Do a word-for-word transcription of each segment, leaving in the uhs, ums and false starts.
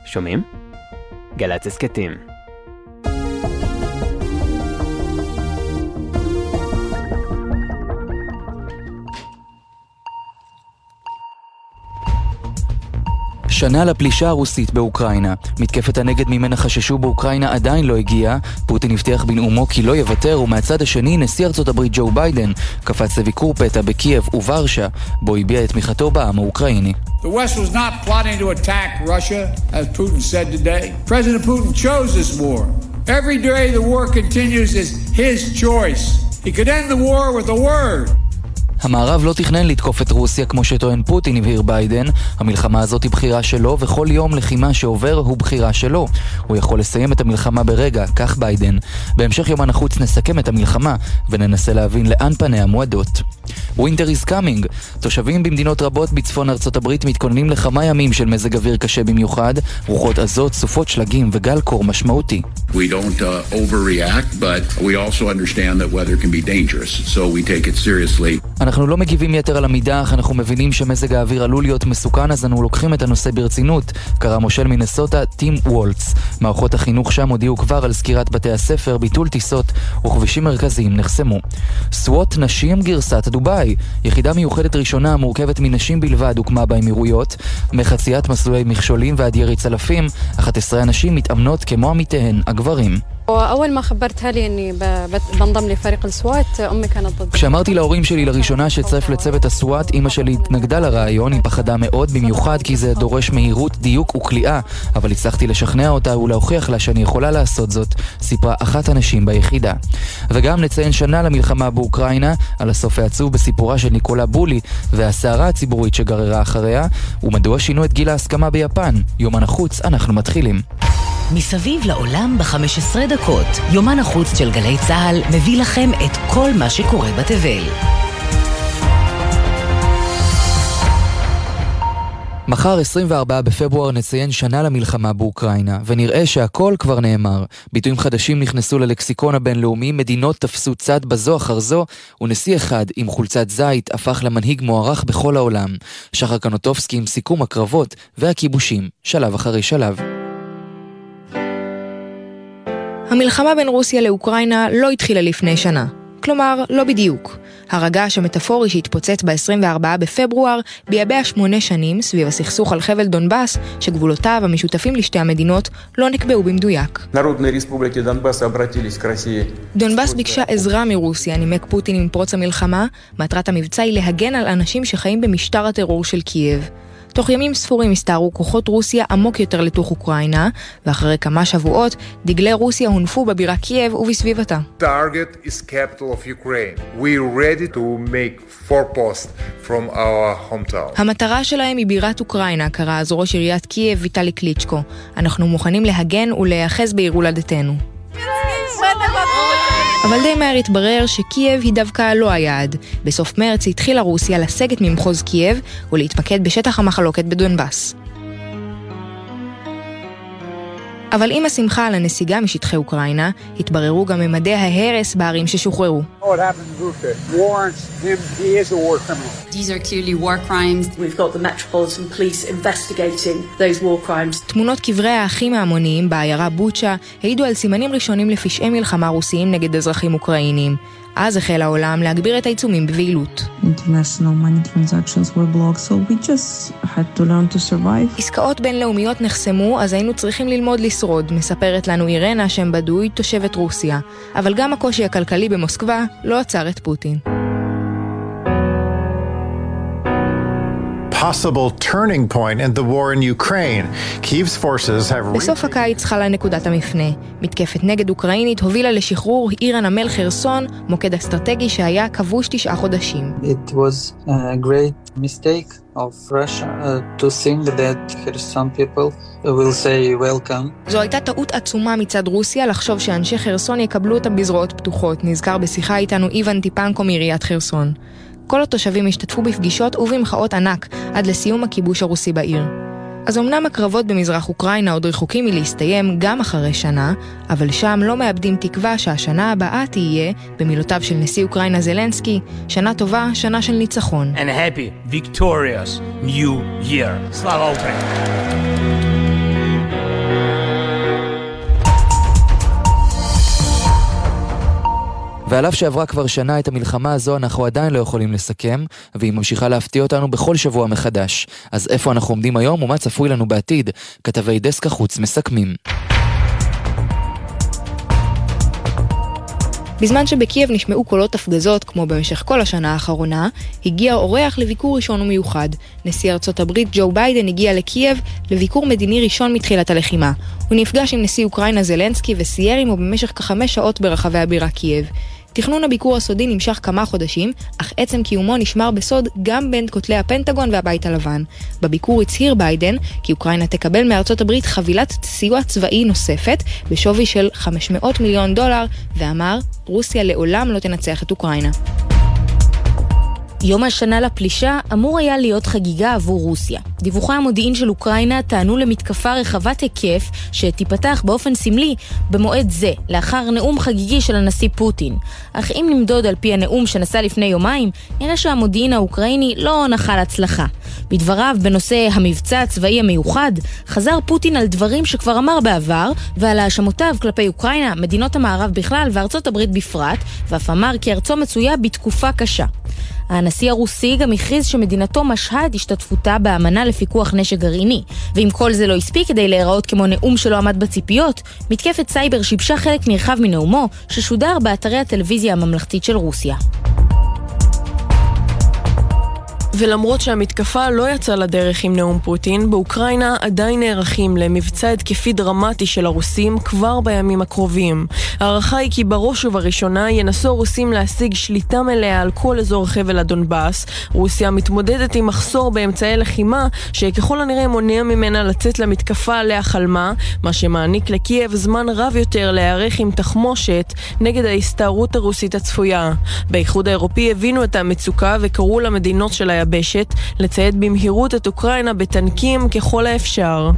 שומעים? גל"צ הסכתים. שנה לפלישה הרוסית באוקראינה. מתקפת הנגד ממנה חששו באוקראינה עדיין לא הגיעה. פוטין הבטיח בנאומו כי לא יוותר, ומהצד השני נשיא ארצות הברית ג'ו ביידן קפץ לביקור פתע בקייב וורשה, בו הביע את תמיכתו בעם האוקראיני. The West was not plotting to attack Russia, as Putin said today. President Putin chose this war. Every day the war continues is his choice. He could end the war with a word. המערב לא תכנן לתקוף את רוסיה כמו שטוען פוטין, הבהיר ביידן. המלחמה הזאת היא בחירה שלו, וכל יום לחימה שעובר הוא בחירה שלו. הוא יכול לסיים את המלחמה ברגע, כך ביידן. בהמשך יומן החוץ נסכם את המלחמה וננסה להבין לאן פניה מועדות. Winter is coming. תושבים במדינות רבות בצפון ארצות הברית מתכוננים לכמה ימים של מזג אוויר קשה במיוחד, רוחות עזות, סופות שלגים וגל קור משמעותי. We don't uh, overreact, but we also understand that weather can be dangerous, so we take it seriously. אנחנו לא מגיבים יתר על המידה, אך אנחנו מבינים שמזג האוויר עלול להיות מסוכן, אז אנו לוקחים את הנושא ברצינות, קרא מושל מינסוטה טים וולץ. מערכות החינוך שם הודיעו כבר על סגירת בתי הספר, ביטול טיסות וכבישים מרכזיים נחסמו. סוואט נשים גרסת דובאי, יחידה מיוחדת ראשונה המורכבת מנשים בלבד הוקמה באמירויות, מחציית מסלולי מכשולים ועד ירי צלפים. אחת עשרה אנשים מתאמנות כמו עמיתיהן הגברים. أول ما خبرتها لي إني بنضم لفريق السوات أمي كانت ضد. כשאמרתי להורים שלי לראשונה שצריך לצוות הסוואט, אמא שלי התנגדה לרעיון, היא פחדה מאוד, במיוחד כי זה דורש מהירות, דיוק וקליעה, אבל הצלחתי לשכנע אותה ולהוכיח לה שאני יכולה לעשות זאת, סיפרה אחת הנשים ביחידה. וגם נציין שנה למלחמה באוקראינה, על הסוף העצוב בסיפורה של ניקולה בולי והסערה הציבורית שגררה אחריה, ומדוע שינו את גיל ההסכמה ביפן. יומן החוץ, אנחנו מתחילים. מסביב לעולם ב-חמש עשרה דקות. יומן החוץ של גלי צהל מביא לכם את כל מה שקורה בתבל. מחר עשרים וארבעה בפברואר נציין שנה למלחמה באוקראינה, ונראה שהכל כבר נאמר. ביטויים חדשים נכנסו ללקסיקון הבינלאומי, מדינות תפסו צד בזו אחר זו, ונשיא אחד עם חולצת זית הפך למנהיג מוערך בכל העולם. שחר קנוטובסקי עם סיכום הקרבות והכיבושים, שלב אחרי שלב. המלחמה בין רוסיה לאוקראינה לא התחילה לפני שנה. כלומר, לא בדיוק. הרגש המטאפורי שהתפוצץ ב-עשרים וארבעה בפברואר ביבע שמונה שנים סביב הסכסוך על חבל דונבאס, שגבולותיו המשותפים לשתי המדינות לא נקבעו במדויק. דונבאס ביקשה עזרה מרוסיה, נימק פוטין עם פרוץ המלחמה. מטרת המבצע היא להגן על אנשים שחיים במשטר הטרור של קייב. תוך ימים ספורים הסתערו כוחות רוסיה עמוק יותר לתוך אוקראינה, ואחרי כמה שבועות דגלי רוסיה הונפו בבירה קייב ובסביבתה. Target is capital of Ukraine. We're ready to make forepost from our hometown. המטרה שלהם היא בירת אוקראינה, קרא אז ראש עיריית קייב ויטלי קליצ'קו. אנחנו מוכנים להגן ולהיאחז בעיר הולדתנו. אבל די מהר התברר שקייב היא דווקא לא היעד. בסוף מרץ התחילה רוסיה לסגת ממחוז קייב ולהתמקד בשטח המחלוקת בדונבאס. אבל עם השמחה על הנסיגה משטחי אוקראינה, התבררו גם ממדי ההרס בערים ששוחררו. These are clearly war crimes. We've got the Metropolitan Police investigating those war crimes. תמונות קברי האחים ההמוניים בעיירה בוצ'ה העידו על סימנים ראשונים לפשעי מלחמה רוסיים נגד אזרחים אוקראינים. אז החל העולם להגביר את העיצומים בבהילות. International money transactions were blocked, so we just had to learn to survive. עסקאות בינלאומיות נחסמו, אז היינו צריכים ללמוד לשרוד, מספרת לנו אירנה שם בדוי, תושבת רוסיה. אבל גם הקושי הכלכלי במוסקבה לא עצר את פוטין. Possible turning point in the war in Ukraine. Kiev's forces have... בסוף הקיץ חלה נקודת המפנה. מתקפת נגד אוקראינית הובילה לשחרור עיר הנמל חרסון, מוקד אסטרטגי שהיה כבוש תשעה חודשים. It was a great mistake of Russia uh, to think that Kherson people will say welcome. זו הייתה טעות עצומה מצד רוסיה לחשוב שאנשי חרסון יקבלו אותם בזרועות פתוחות. נזכר בשיחה איתנו איוון טיפנקו מעיריית חרסון. כל התושבים השתתפו בפגישות ובמחאות ענק עד לסיום הכיבוש הרוסי בעיר. אז אמנם הקרבות במזרח אוקראינה עוד רחוקים מלהסתיים גם אחרי שנה, אבל שם לא מאבדים תקווה שהשנה הבאה תהיה, במילותיו של נשיא אוקראינה זלנסקי, שנה טובה, שנה של ניצחון. And a happy, victorious new year. Slava Ukraini. ועל אף שעברה כבר שנה את המלחמה הזו אנחנו עדיין לא יכולים לסכם, והיא ממשיכה להפתיע אותנו בכל שבוע מחדש. אז איפה אנחנו עומדים היום ומה צפוי לנו בעתיד? כתבי דסק החוץ מסכמים. בזמן שבקייב נשמעו קולות הפגזות, כמו במשך כל השנה האחרונה, הגיע אורח לביקור ראשון ומיוחד. נשיא ארצות הברית ג'ו ביידן הגיע לקייב לביקור מדיני ראשון מתחילת הלחימה. הוא נפגש עם נשיא אוקראינה זלנסקי וסייר עמו במשך כחמש שעות ברחבי הבירה קייב. תכנון הביקור הסודי נמשך כמה חודשים, אך עצם קיומו נשמר בסוד גם בין כותלי הפנטגון והבית הלבן. בביקור הצהיר ביידן כי אוקראינה תקבל מארצות הברית חבילת סיוע צבאי נוספת בשווי של חמש מאות מיליון דולר, ואמר, רוסיה לעולם לא תנצח את אוקראינה. יום השנה לפלישה אמור היה להיות חגיגה עבור רוסיה. דיווחי המודיעין של אוקראינה טענו למתקפה רחבת היקף שתיפתח באופן סמלי במועד זה, לאחר נאום חגיגי של הנשיא פוטין. אך אם נמדוד על פי הנאום שנשא לפני יומיים, נראה שהמודיעין האוקראיני לא נחל הצלחה. בדבריו בנושא המבצע הצבאי המיוחד, חזר פוטין על דברים שכבר אמר בעבר, ועל האשמותיו כלפי אוקראינה, מדינות המערב בכלל וארצות הברית בפרט, ואף אמר כי ארצו מצויה בתקופה קשה. הנשיא הרוסי גם הכריז שמדינתו משהה את השתתפותה באמנה לפיקוח נשק גרעיני, ואם כל זה לא הספיק כדי להיראות כמו נאום שלא עמד בציפיות, מתקפת סייבר שיבשה חלק נרחב מנאומו ששודר באתרי הטלוויזיה הממלכתית של רוסיה. ולמרות שהמתקפה לא יצאה לדרך עם נאום פוטין, באוקראינה עדיין נערכים למבצע התקפי דרמטי של הרוסים כבר בימים הקרובים. הערכה היא כי בראש ובראשונה ינסו הרוסים להשיג שליטה מלאה על כל אזור חבל הדונבאס. רוסיה מתמודדת עם מחסור באמצעי לחימה, שככל הנראה מונע ממנה לצאת למתקפה עליה חלמה, מה שמעניק לקייב זמן רב יותר להיערך עם תחמושת נגד ההסתערות הרוסית הצפויה. באיחוד האירופי הבינו את המצוקה וקראו למדינות של היבשת לצייד במהירות את אוקראינה בטנקים ככל האפשר.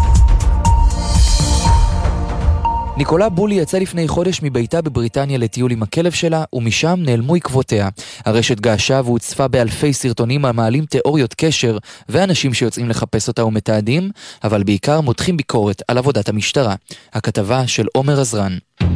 ניקולה בולי יצא לפני חודש מביתה בבריטניה לטיול עם הכלב שלה, ומשם נעלמו עקבותיה. הרשת געשה והוצפה באלפי סרטונים המעלים תיאוריות קשר ואנשים שיוצאים לחפש אותה ומתעדים, אבל בעיקר מותחים ביקורת על עבודת המשטרה. הכתבה של עומר עזרן.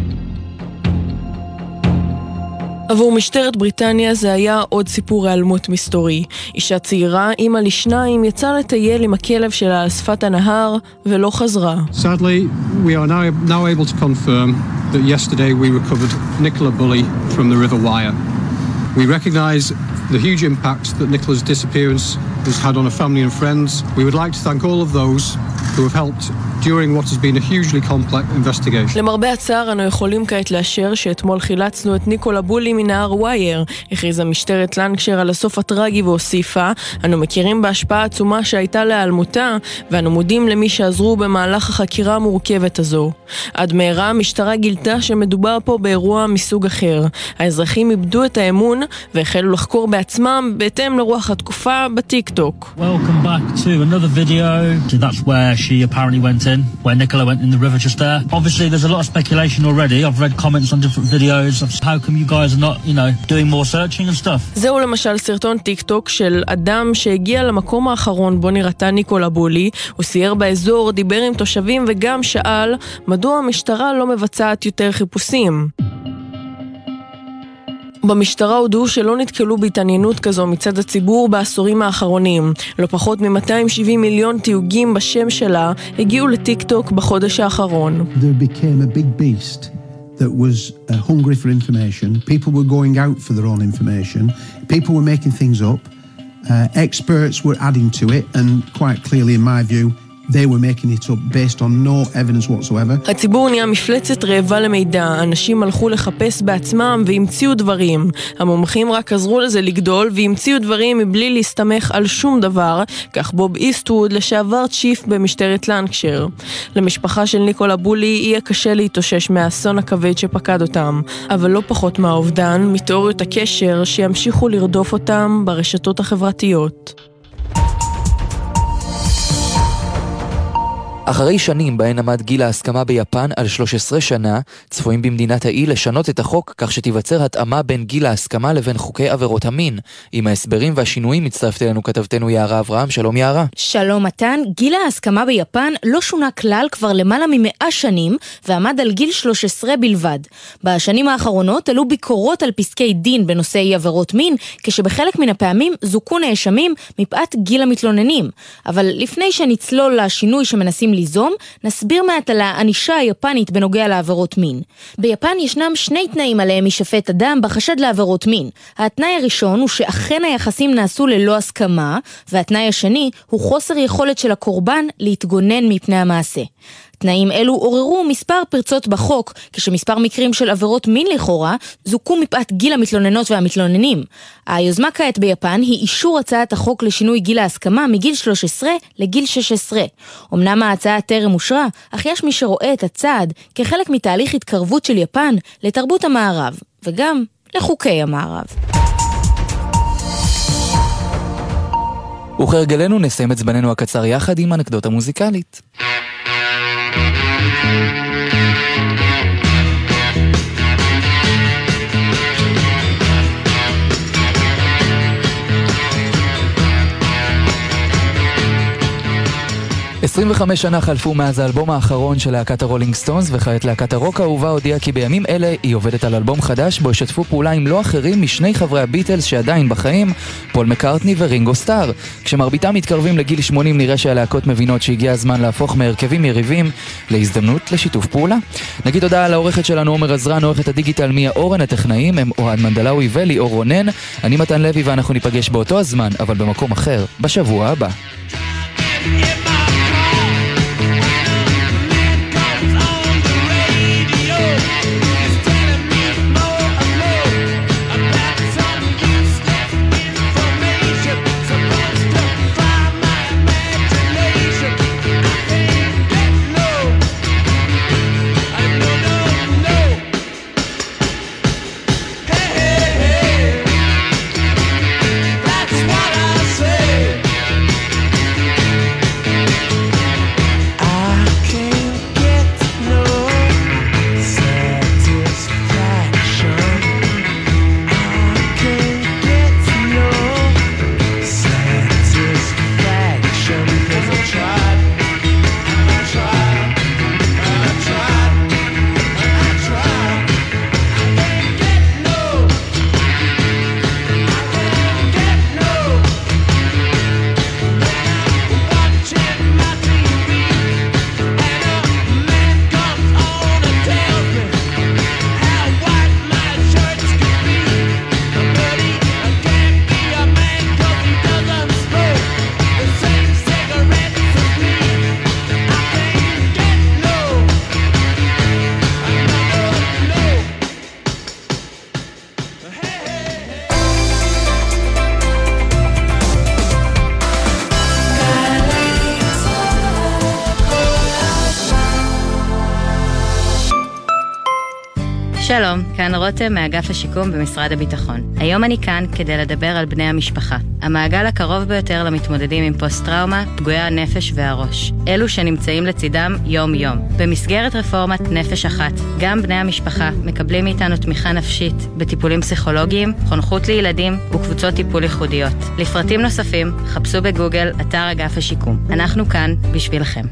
עבור משטרת בריטניה זה היה עוד סיפור העלמות מסתורי. אישה צעירה, אימא לשניים, יצאה לטייל עם הכלב שלה על שפת הנהר ולא חזרה. Sadly, we are now, now able to confirm that yesterday we recovered Nicola Bulley from the River Wyre. We recognize the huge impact that Nicola's disappearance has had on her family and friends. We would like to thank all of those who have helped during what has been a hugely complex investigation. למרבה הצער אנו יכולים כעת לאשר שאתמול חילצנו את ניקולה בולי מנהר ווייר. הכריזה משטרת לנקשר על הסוף הטרגי והוסיפה, אנו מכירים בהשפעה עצומה שהייתה להיעלמותה, ואנו מודים למי שעזרו במהלך החקירה המורכבת הזו. עד מהרה המשטרה גילתה שמדובר פה באירוע מסוג אחר. האזרחים איבדו את האמון והחלו לחקור בעצמם בהתאם לרוח התקופה בטיק-טוק. Welcome back to another video. So that's where she apparently went in, where Nicola went in the river just there. Obviously there's a lot of speculation already. I've read comments on different videos of how come you guys are not, you know, doing more searching and stuff. זהו למשל סרטון טיק-טוק של אדם שהגיע למקום האחרון בו נראתה ניקולה בולי. הוא סייר באזור, דיבר עם תושבים וגם שאל מדוע המשטרה לא מבצעת יותר חיפושים. במשטרה הודעו שלא נתקלו בהתעניינות כזו מצד הציבור בעשורים האחרונים. לא פחות מ-מאתיים שבעים מיליון תיוגים בשם שלה הגיעו לטיק-טוק בחודש האחרון. There became a big beast that was uh, hungry for information. People were going out for their own information. People were making things up. Uh, experts were adding to it, and quite clearly in my view they were making it up based on no evidence whatsoever. הציבור נהיה מפלצת רעבה למידע. אנשים הלכו לחפש בעצמם והמציאו דברים. המומחים רק עזרו לזה לגדול והמציאו דברים מבלי להסתמך על שום דבר, כך בוב איסטווד, לשעבר צ'יף במשטרת לנקשר. למשפחה של ניקולה בולי יהיה קשה להתאושש מהאסון הכבד שפקד אותם, אבל לא פחות מהאובדן, מתיאוריות הקשר שימשיכו לרדוף אותם ברשתות החברתיות. אחרי שנים בהן עמד גיל ההסכמה ביפן על שלוש עשרה שנה, צפויים במדינת האי לשנות את החוק כך שתיווצר התאמה בין גיל ההסכמה לבין חוקי עבירות המין. עם ההסברים והשינויים מצטרפת אלינו כתבתנו יערה אברהם. שלום יערה. שלום מתן. גיל ההסכמה ביפן לא שונה כלל כבר למעלה ממאה שנים ועמד על גיל שלוש עשרה בלבד. בשנים האחרונות עלו ביקורות על פסקי דין בנושאי עבירות מין, כשבחלק מן הפעמים זוכו נאשמים מפאת גיל המתלוננים. אבל לפני שנצלול לשינוי שמנסים ליזום, נסביר מעט על הענישה היפנית בנוגע לעבירות מין. ביפן ישנם שני תנאים עליהם יישפט אדם בחשד לעבירות מין. התנאי הראשון הוא שאכן היחסים נעשו ללא הסכמה, והתנאי השני הוא חוסר יכולת של הקורבן להתגונן מפני המעשה. תנאים אלו עוררו מספר פרצות בחוק, כשמספר מקרים של עבירות מין לכאורה זוכו מפאת גיל המתלוננות והמתלוננים. היוזמה כעת ביפן היא אישור הצעת החוק לשינוי גיל ההסכמה מגיל שלוש עשרה לגיל שש עשרה. אמנם ההצעה טרם אושרה, אך יש מי שרואה את הצעד כחלק מתהליך התקרבות של יפן לתרבות המערב, וגם לחוקי המערב. וכהרגלנו נסיים את זמננו הקצר יחד עם אנקדוטה מוזיקלית. עשרים וחמש שנה חלפו מאז האלבום האחרון של להקת הרולינג סטונס, וכעת להקת הרוק האהובה הודיעה כי בימים אלה היא עובדת על אלבום חדש בו ישתפו פעולה עם לא אחרים משני חברי הביטלס שעדיין בחיים, פול מקארטני ורינגו סטאר. כשמרביתם מתקרבים לגיל שמונים נראה שהלהקות מבינות שהגיע הזמן להפוך מהרכבים יריבים להזדמנות לשיתוף פעולה. נגיד תודה על העורכת שלנו עומר עזרן, עורכת הדיגיטל מיה אורן, הטכנאים הם אוהד מנדלאוי וליאור רונן. אני מתן לוי ואנחנו ניפגש באותו הזמן אבל במקום אחר בשבוע הבא. שלום, כאן רותם מאגף השיקום במשרד הביטחון. היום אני כאן כדי לדבר על בני המשפחה. המעגל הקרוב ביותר למתמודדים עם פוסט-טראומה, פגועי הנפש והראש. אלו שנמצאים לצידם יום-יום. במסגרת רפורמת נפש אחת, גם בני המשפחה מקבלים מאיתנו תמיכה נפשית בטיפולים פסיכולוגיים, חונכות לילדים וקבוצות טיפול ייחודיות. לפרטים נוספים, חפשו בגוגל אתר אגף השיקום. אנחנו כאן בשבילכם.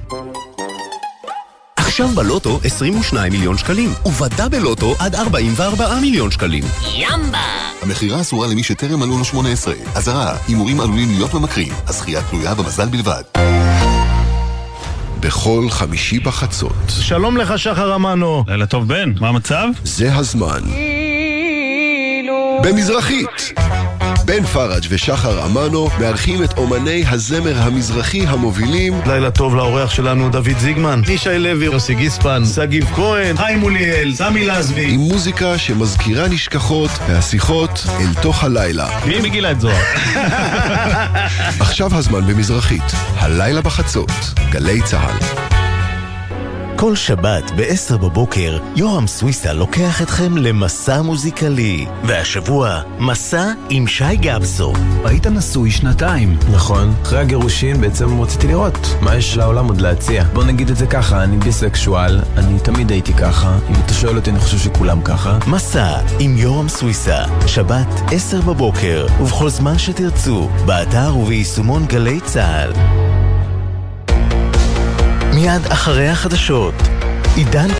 עכשיו בלוטו עשרים ושניים מיליון שקלים, ובדאבל לוטו עד ארבעים וארבעה מיליון שקלים. ימבה! המחירה אסורה למי שטרם מלאו לו שמונה עשרה. אזהרה, הימורים עלולים להיות ממכרים, הזכייה תלויה במזל בלבד. בכל חמישי בחצות. שלום לך שחר אמנו. לילה טוב בן, מה המצב? זה הזמן. במזרחית. בן פרג' ושחר אמנו מארחים את אומני הזמר המזרחי המובילים. לילה טוב לאורח שלנו דוד זיגמן, ישי לוי, יוסי גיספן, סגיב כהן, חיים מוליאל, סמי לזבי. עם מוזיקה שמזכירה נשכחות והשיחות אל תוך הלילה. מי מגילה את זוהר? עכשיו הזמן במזרחית, הלילה בחצות, גלי צהל. כל שבת ב-עשר בבוקר, יורם סוויסה לוקח אתכם למסע מוזיקלי. והשבוע, מסע עם שי גבסו. היית נשוי שנתיים. נכון. אחרי הגירושין בעצם רציתי לראות מה יש לעולם עוד להציע. בוא נגיד את זה ככה, אני ביסקשואל, אני תמיד הייתי ככה. אם אתה שואל אותי, אני חושב שכולם ככה. מסע עם יורם סוויסה. שבת, עשר בבוקר, ובכל זמן שתרצו, באתר וביישומון גלי צהל. מיד אחרי החדשות, עידן